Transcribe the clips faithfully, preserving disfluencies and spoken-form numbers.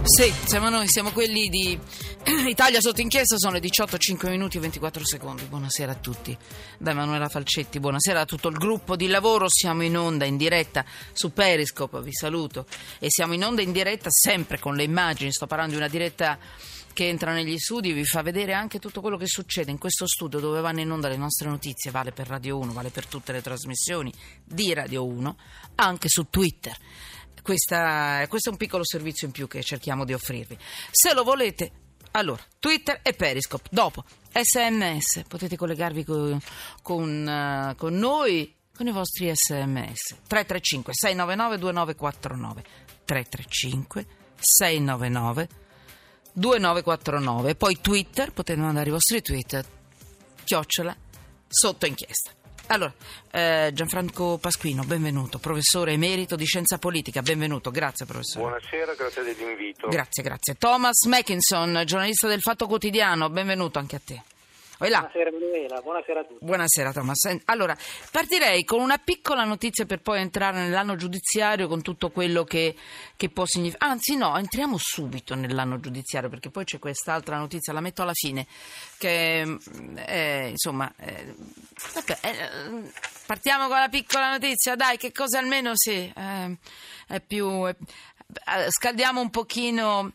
Sì, siamo noi, siamo quelli di Italia sotto inchiesta, sono le diciotto, cinque minuti e ventiquattro secondi. Buonasera a tutti, da Emanuela Falcetti, buonasera a tutto il gruppo di lavoro. Siamo in onda, in diretta su Periscope, vi saluto. E siamo in onda in diretta sempre con le immagini, sto parlando di una diretta che entra negli studi e vi fa vedere anche tutto quello che succede in questo studio dove vanno in onda le nostre notizie. Vale per Radio uno, vale per tutte le trasmissioni di Radio uno, anche su Twitter. Questa, questo è un piccolo servizio in più che cerchiamo di offrirvi. Se lo volete, allora, Twitter e Periscope. Dopo, sms, potete collegarvi con, con, uh, con noi, con i vostri sms. tre tre cinque sei nove nove due nove quattro nove tre tre cinque sei nove nove due nove quattro nove. Poi Twitter, potete mandare i vostri tweet, chiocciola, sotto inchiesta. Allora, eh, Gianfranco Pasquino, benvenuto, professore emerito di scienza politica, benvenuto, grazie professore. Buonasera, grazie dell'invito. Grazie, grazie. Thomas Mackinson, giornalista del Fatto Quotidiano, benvenuto anche a te. Buonasera Emanuela, buonasera a tutti. Buonasera Thomas. Allora, partirei con una piccola notizia per poi entrare nell'anno giudiziario con tutto quello che, che può significare. Anzi no, entriamo subito nell'anno giudiziario perché poi c'è quest'altra notizia, la metto alla fine, che è, insomma, è, vabbè, è, partiamo con la piccola notizia, dai, che cosa almeno sì, è, è più... È, scaldiamo un pochino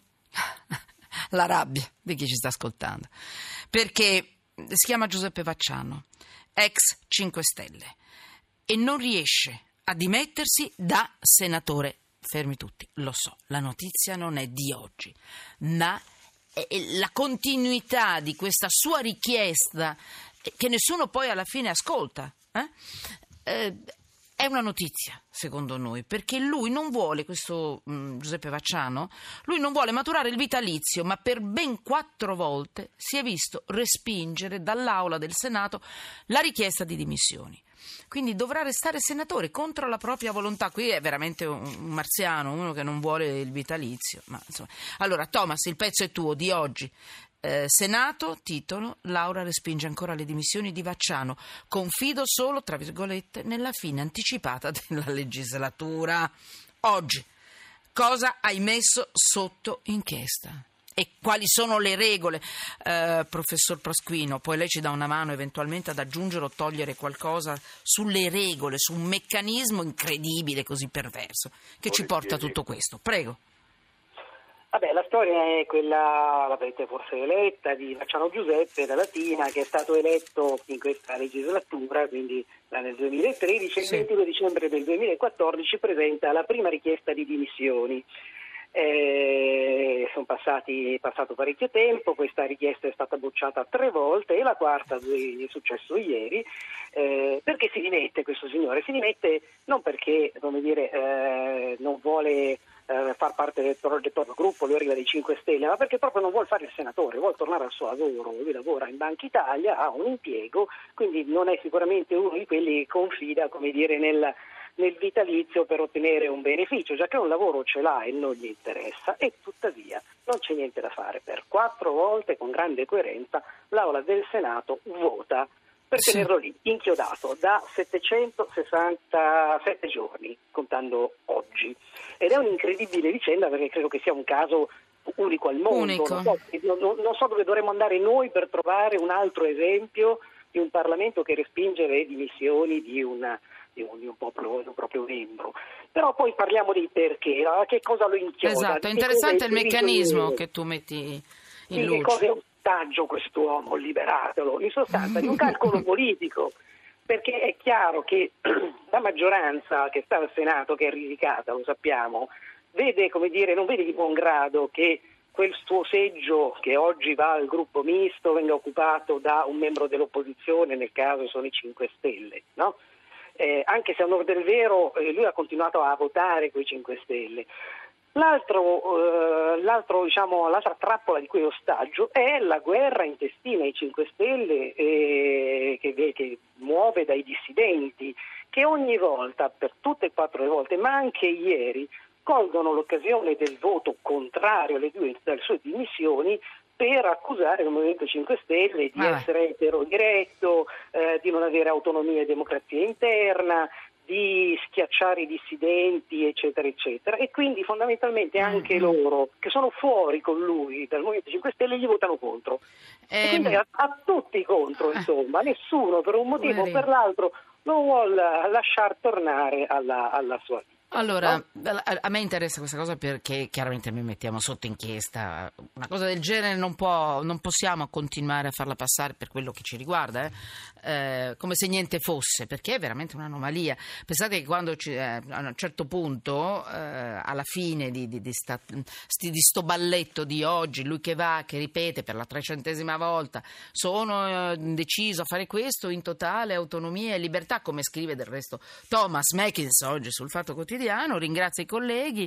la rabbia di chi ci sta ascoltando, perché si chiama Giuseppe Vacciano, ex cinque Stelle, e non riesce a dimettersi da senatore. Fermi tutti, lo so, la notizia non è di oggi, ma è la continuità di questa sua richiesta che nessuno poi alla fine ascolta. Eh? Eh, È una notizia, secondo noi, perché lui non vuole, questo mh, Giuseppe Vacciano, lui non vuole maturare il vitalizio, ma per ben quattro volte si è visto respingere dall'Aula del Senato la richiesta di dimissioni. Quindi dovrà restare senatore contro la propria volontà. Qui è veramente un, un marziano, uno che non vuole il vitalizio. Ma, insomma. Allora, Thomas, il pezzo è tuo, di oggi. Eh, Senato, titolo, Laura respinge ancora le dimissioni di Vacciano, confido solo, tra virgolette, nella fine anticipata della legislatura. Oggi, cosa hai messo sotto inchiesta? E quali sono le regole, eh, professor Pasquino? Poi lei ci dà una mano eventualmente ad aggiungere o togliere qualcosa sulle regole, su un meccanismo incredibile, così perverso, che ci porta a tutto questo. Prego. Vabbè, la storia è quella, l'avete forse letta, di Vacciano Giuseppe da Latina, che è stato eletto in questa legislatura, quindi nel duemilatredici, e sì. Il ventidue dicembre del duemilaquattordici presenta la prima richiesta di dimissioni. Eh, sono passati, è passato parecchio tempo, questa richiesta è stata bocciata tre volte e la quarta è successo ieri. Eh, perché si dimette questo signore? Si dimette non perché, come dire, eh, non vuole eh, far parte del, del proprio gruppo, lui arriva dei cinque Stelle, ma perché proprio non vuole fare il senatore, vuole tornare al suo lavoro. Lui lavora in Banca Italia, ha un impiego, quindi non è sicuramente uno di quelli che confida, come dire, nel nel vitalizio per ottenere un beneficio, già che un lavoro ce l'ha e non gli interessa, e tuttavia non c'è niente da fare. Per quattro volte, con grande coerenza, l'Aula del Senato vota per sì. tenerlo lì, inchiodato, da settecentosessantasette giorni, contando oggi. Ed è un'incredibile vicenda, perché credo che sia un caso unico al mondo. Unico. Non so, non, non so dove dovremmo andare noi per trovare un altro esempio di un Parlamento che respinge le dimissioni di una di un, di un, popolo, di un proprio membro. Però poi parliamo dei perché, no? Che cosa lo inchioda. Esatto, è interessante il meccanismo che tu metti in sì, luce. Che cosa è ostaggio quest'uomo, liberatelo, in sostanza di un calcolo politico, perché è chiaro che la maggioranza che sta al Senato, che è risicata, lo sappiamo, vede, come dire, non vede di buon grado che quel suo seggio che oggi va al gruppo misto venga occupato da un membro dell'opposizione, nel caso sono i cinque Stelle, no? Eh, anche se a onor del vero eh, lui ha continuato a votare con i cinque Stelle. L'altro, eh, l'altro, diciamo, l'altra trappola di cui è ostaggio è la guerra intestina ai cinque Stelle eh, che, che muove dai dissidenti, che ogni volta, per tutte e quattro le volte, ma anche ieri, colgono l'occasione del voto contrario alle due alle sue dimissioni per accusare il Movimento cinque Stelle di ah. essere etero diretto, eh, di non avere autonomia e democrazia interna, di schiacciare i dissidenti, eccetera, eccetera, e quindi fondamentalmente anche mm-hmm. loro che sono fuori con lui dal Movimento cinque Stelle gli votano contro. E, e quindi a, a tutti contro, insomma, nessuno per un motivo o per l'altro lo vuol lasciar tornare alla, alla sua vita. Allora, a me interessa questa cosa perché chiaramente mi mettiamo sotto inchiesta. Una cosa del genere non può, non possiamo continuare a farla passare per quello che ci riguarda, eh? Eh, come se niente fosse, perché è veramente un'anomalia. Pensate che quando ci, eh, a un certo punto, eh, alla fine di, di, di, sta, di sto balletto di oggi, lui che va, che ripete per la trecentesima volta, sono eh, deciso a fare questo in totale autonomia e libertà, come scrive del resto Thomas Mackins oggi sul Fatto Quotidiano. Ringrazia i colleghi,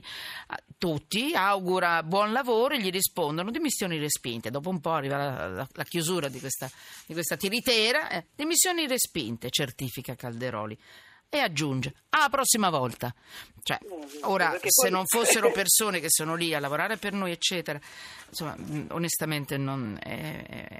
tutti, augura buon lavoro e gli rispondono dimissioni respinte. Dopo un po' arriva la, la, la chiusura di questa, di questa tiritera, eh, dimissioni respinte, certifica Calderoli. E aggiunge, alla prossima volta. Cioè, ora, poi... se non fossero persone che sono lì a lavorare per noi, eccetera, insomma, onestamente non è... è,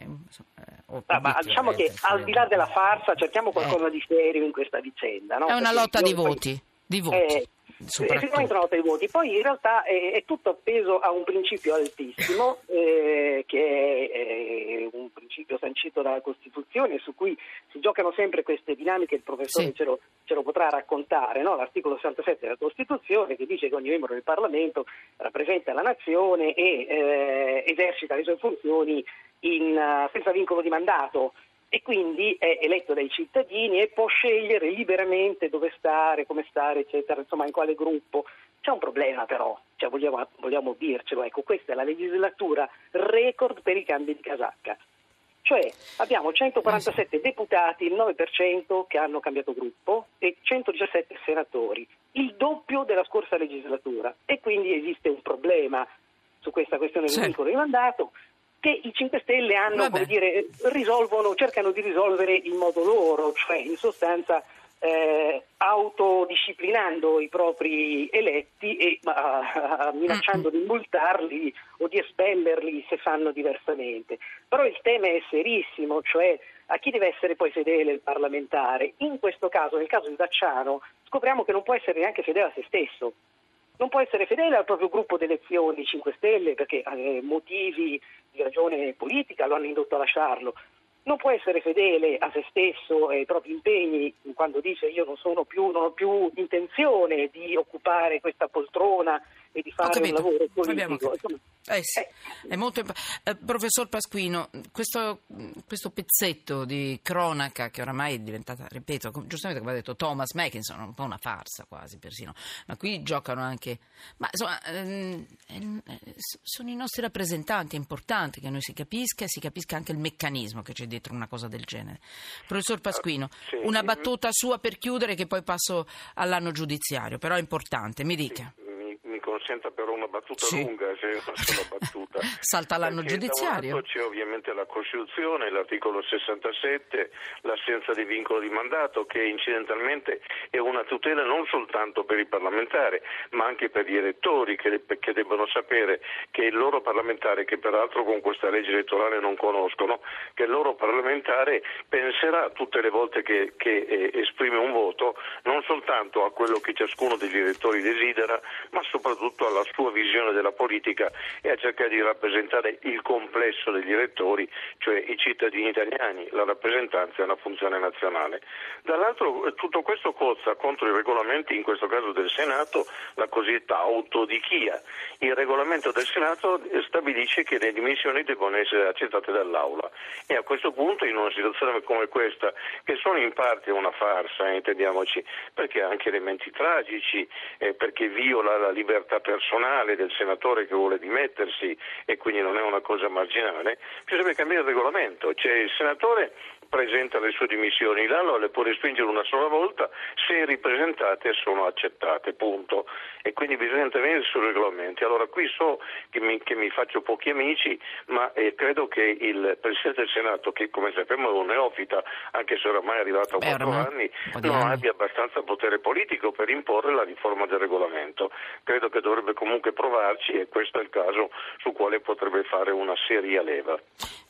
è ah, ma diciamo che al di là della farsa cerchiamo qualcosa eh. di serio in questa vicenda, no? È una Perché lotta di poi... voti. Di voti. Eh, effettivamente una nota di voti, poi in realtà è, è tutto appeso a un principio altissimo eh, che è, è un principio sancito dalla Costituzione su cui si giocano sempre queste dinamiche, il professore sì. ce, lo, ce lo potrà raccontare, no? L'articolo sessantasette della Costituzione che dice che ogni membro del Parlamento rappresenta la nazione e eh, esercita le sue funzioni in, uh, senza vincolo di mandato. E quindi è eletto dai cittadini e può scegliere liberamente dove stare, come stare, eccetera, insomma in quale gruppo. C'è un problema però, cioè vogliamo, vogliamo dircelo, ecco, questa è la legislatura record per i cambi di casacca. Cioè abbiamo centoquarantasette deputati, il nove per cento che hanno cambiato gruppo e centodiciassette senatori, il doppio della scorsa legislatura, e quindi esiste un problema su questa questione del vincolo di mandato che i cinque Stelle hanno, Vabbè. come dire, risolvono, cercano di risolvere in modo loro, cioè in sostanza eh, autodisciplinando i propri eletti e uh, minacciando di multarli o di espellerli se fanno diversamente. Però il tema è serissimo, cioè a chi deve essere poi fedele il parlamentare? In questo caso, nel caso di Vacciano, scopriamo che non può essere neanche fedele a se stesso. Non può essere fedele al proprio gruppo d'elezioni cinque Stelle perché eh, motivi di ragione politica lo hanno indotto a lasciarlo. Non può essere fedele a se stesso e ai propri impegni quando dice io non sono più, non ho più intenzione di occupare questa poltrona e di fare un lavoro politico. Eh sì, eh. È molto imp- eh, professor Pasquino, questo, questo pezzetto di cronaca che oramai è diventata, ripeto, giustamente come ha detto Thomas Mackinson, un po' una farsa quasi persino, ma qui giocano anche, ma insomma ehm, eh, sono i nostri rappresentanti, è importante che noi si capisca e si capisca anche il meccanismo che c'è dietro una cosa del genere. Professor Pasquino, sì. una battuta sua per chiudere che poi passo all'anno giudiziario, però è importante, mi dica. Sì. Consenta però una battuta sì. lunga, se una sola battuta. Salta l'anno Perché giudiziario. Da un lato c'è ovviamente la Costituzione, l'articolo sessantasette, l'assenza di vincolo di mandato, che incidentalmente è una tutela non soltanto per il parlamentare, ma anche per gli elettori che, che debbono sapere che il loro parlamentare, che peraltro con questa legge elettorale non conoscono, che il loro parlamentare penserà tutte le volte che, che eh, esprime un voto non soltanto a quello che ciascuno degli elettori desidera, ma soprattutto alla sua visione della politica e a cercare di rappresentare il complesso degli elettori, cioè i cittadini italiani. La rappresentanza è una funzione nazionale. Dall'altro tutto questo cozza contro i regolamenti, in questo caso del Senato, la cosiddetta autodichia. Il regolamento del Senato stabilisce che le dimissioni devono essere accettate dall'Aula e a questo punto, in una situazione come questa, che sono in parte una farsa, eh, intendiamoci, perché ha anche elementi tragici, eh, perché viola la libertà personale del senatore che vuole dimettersi e quindi non è una cosa marginale, bisogna cambiare il regolamento, cioè il senatore presenta le sue dimissioni, l'Aula le può respingere una sola volta se ripresentate sono accettate, punto. E quindi bisogna intervenire sui regolamenti. Allora qui so che mi, che mi faccio pochi amici, ma eh, credo che il Presidente del Senato, che come sappiamo è un neofita, anche se oramai è arrivato a Beh, quattro anni, non anni. abbia abbastanza potere politico per imporre la riforma del regolamento. Credo che dovrebbe comunque provarci e questo è il caso su quale potrebbe fare una seria leva.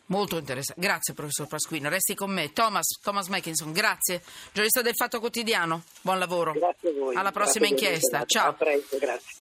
Molto interessante. Grazie professor Pasquino. Resti con me. Thomas, Thomas Mackinson, grazie. Giornalista del Fatto Quotidiano, buon lavoro. Grazie a voi. Alla prossima Grazie inchiesta. Ciao. A presto, grazie.